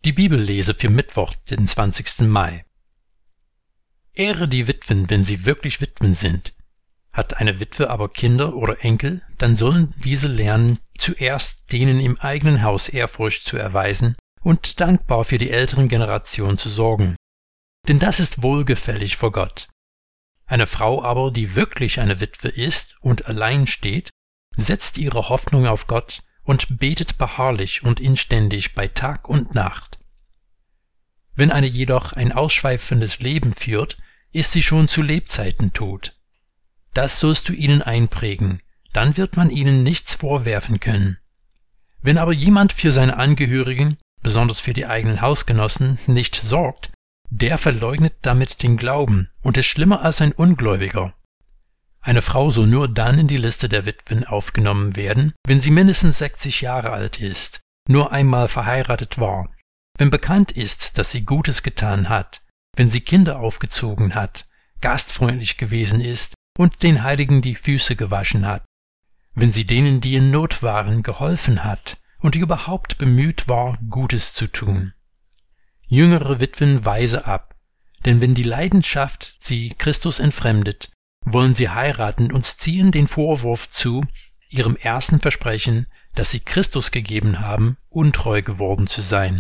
Die Bibellese für Mittwoch, den 20. Mai. Ehre die Witwen, wenn sie wirklich Witwen sind. Hat eine Witwe aber Kinder oder Enkel, dann sollen diese lernen, zuerst denen im eigenen Haus Ehrfurcht zu erweisen und dankbar für die älteren Generationen zu sorgen. Denn das ist wohlgefällig vor Gott. Eine Frau aber, die wirklich eine Witwe ist und allein steht, setzt ihre Hoffnung auf Gott und betet beharrlich und inständig bei Tag und Nacht. Wenn eine jedoch ein ausschweifendes Leben führt, ist sie schon zu Lebzeiten tot. Das sollst du ihnen einprägen, dann wird man ihnen nichts vorwerfen können. Wenn aber jemand für seine Angehörigen, besonders für die eigenen Hausgenossen, nicht sorgt, der verleugnet damit den Glauben und ist schlimmer als ein Ungläubiger. Eine Frau soll nur dann in die Liste der Witwen aufgenommen werden, wenn sie mindestens 60 Jahre alt ist, nur einmal verheiratet war, wenn bekannt ist, dass sie Gutes getan hat, wenn sie Kinder aufgezogen hat, gastfreundlich gewesen ist und den Heiligen die Füße gewaschen hat, wenn sie denen, die in Not waren, geholfen hat und überhaupt bemüht war, Gutes zu tun. Jüngere Witwen weise ab, denn wenn die Leidenschaft sie Christus entfremdet, wollen sie heiraten und ziehen den Vorwurf zu, ihrem ersten Versprechen, das sie Christus gegeben haben, untreu geworden zu sein.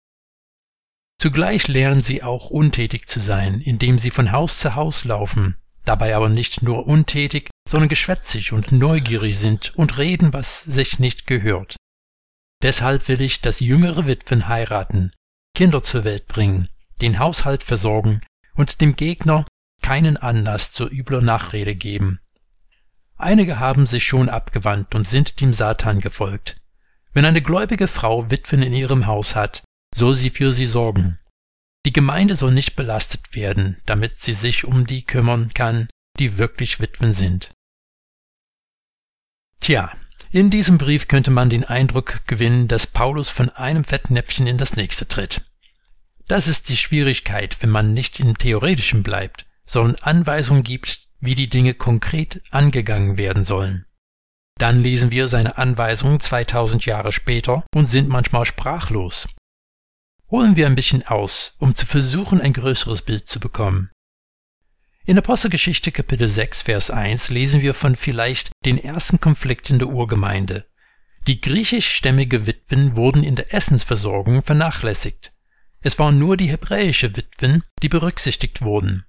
Zugleich lernen sie auch untätig zu sein, indem sie von Haus zu Haus laufen, dabei aber nicht nur untätig, sondern geschwätzig und neugierig sind und reden, was sich nicht gehört. Deshalb will ich, dass jüngere Witwen heiraten, Kinder zur Welt bringen, den Haushalt versorgen und dem Gegner keinen Anlass zur übler Nachrede geben. Einige haben sich schon abgewandt und sind dem Satan gefolgt. Wenn eine gläubige Frau Witwen in ihrem Haus hat, soll sie für sie sorgen. Die Gemeinde soll nicht belastet werden, damit sie sich um die kümmern kann, die wirklich Witwen sind. Tja, in diesem Brief könnte man den Eindruck gewinnen, dass Paulus von einem Fettnäpfchen in das nächste tritt. Das ist die Schwierigkeit, wenn man nicht im Theoretischen bleibt, sondern Anweisungen gibt, wie die Dinge konkret angegangen werden sollen. Dann lesen wir seine Anweisungen 2000 Jahre später und sind manchmal sprachlos. Holen wir ein bisschen aus, um zu versuchen, ein größeres Bild zu bekommen. In Apostelgeschichte Kapitel 6, Vers 1 lesen wir von vielleicht den ersten Konflikten der Urgemeinde. Die griechischstämmige Witwen wurden in der Essensversorgung vernachlässigt. Es waren nur die hebräische Witwen, die berücksichtigt wurden.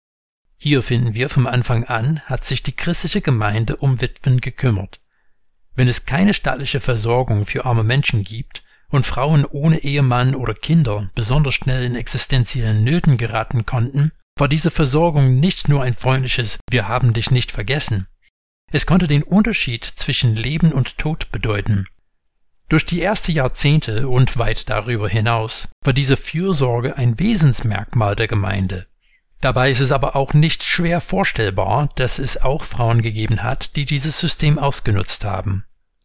Hier finden wir, vom Anfang an hat sich die christliche Gemeinde um Witwen gekümmert. Wenn es keine staatliche Versorgung für arme Menschen gibt und Frauen ohne Ehemann oder Kinder besonders schnell in existenziellen Nöten geraten konnten, war diese Versorgung nicht nur ein freundliches „Wir haben dich nicht vergessen". Es konnte den Unterschied zwischen Leben und Tod bedeuten. Durch die ersten Jahrzehnte und weit darüber hinaus war diese Fürsorge ein Wesensmerkmal der Gemeinde. Dabei ist es aber auch nicht schwer vorstellbar, dass es auch Frauen gegeben hat, die dieses System ausgenutzt haben.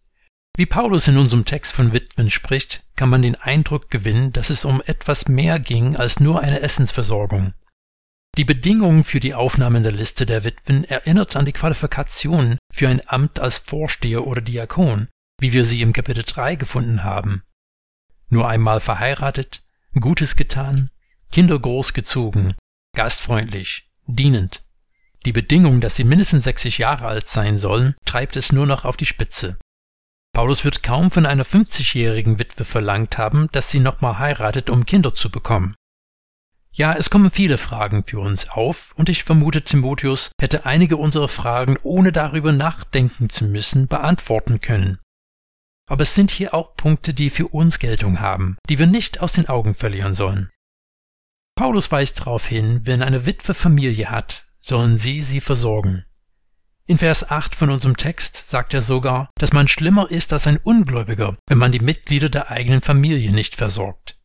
Wie Paulus in unserem Text von Witwen spricht, kann man den Eindruck gewinnen, dass es um etwas mehr ging als nur eine Essensversorgung. Die Bedingungen für die Aufnahme in der Liste der Witwen erinnert an die Qualifikation für ein Amt als Vorsteher oder Diakon, wie wir sie im Kapitel 3 gefunden haben. Nur einmal verheiratet, Gutes getan, Kinder großgezogen, gastfreundlich, dienend. Die Bedingung, dass sie mindestens 60 Jahre alt sein sollen, treibt es nur noch auf die Spitze. Paulus wird kaum von einer 50-jährigen Witwe verlangt haben, dass sie nochmal heiratet, um Kinder zu bekommen. Ja, es kommen viele Fragen für uns auf, und ich vermute, Timotheus hätte einige unserer Fragen, ohne darüber nachdenken zu müssen, beantworten können. Aber es sind hier auch Punkte, die für uns Geltung haben, die wir nicht aus den Augen verlieren sollen. Paulus weist darauf hin, wenn eine Witwe Familie hat, sollen sie versorgen. In Vers 8 von unserem Text sagt er sogar, dass man schlimmer ist als ein Ungläubiger, wenn man die Mitglieder der eigenen Familie nicht versorgt.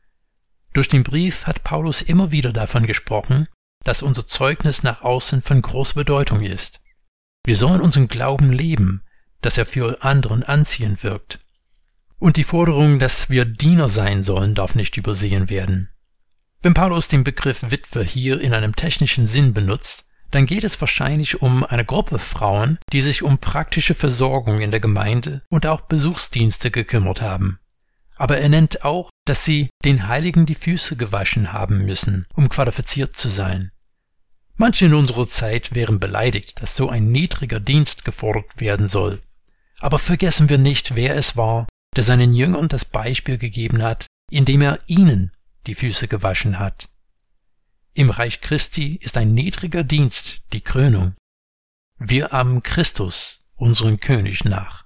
Durch den Brief hat Paulus immer wieder davon gesprochen, dass unser Zeugnis nach außen von großer Bedeutung ist. Wir sollen unseren Glauben leben, dass er für anderen anziehend wirkt. Und die Forderung, dass wir Diener sein sollen, darf nicht übersehen werden. Wenn Paulus den Begriff Witwe hier in einem technischen Sinn benutzt, dann geht es wahrscheinlich um eine Gruppe Frauen, die sich um praktische Versorgung in der Gemeinde und auch Besuchsdienste gekümmert haben. Aber er nennt auch, dass sie den Heiligen die Füße gewaschen haben müssen, um qualifiziert zu sein. Manche in unserer Zeit wären beleidigt, dass so ein niedriger Dienst gefordert werden soll. Aber vergessen wir nicht, wer es war, der seinen Jüngern das Beispiel gegeben hat, indem er ihnen die Füße gewaschen hat. Im Reich Christi ist ein niedriger Dienst die Krönung. Wir ahmen Christus, unseren König, nach.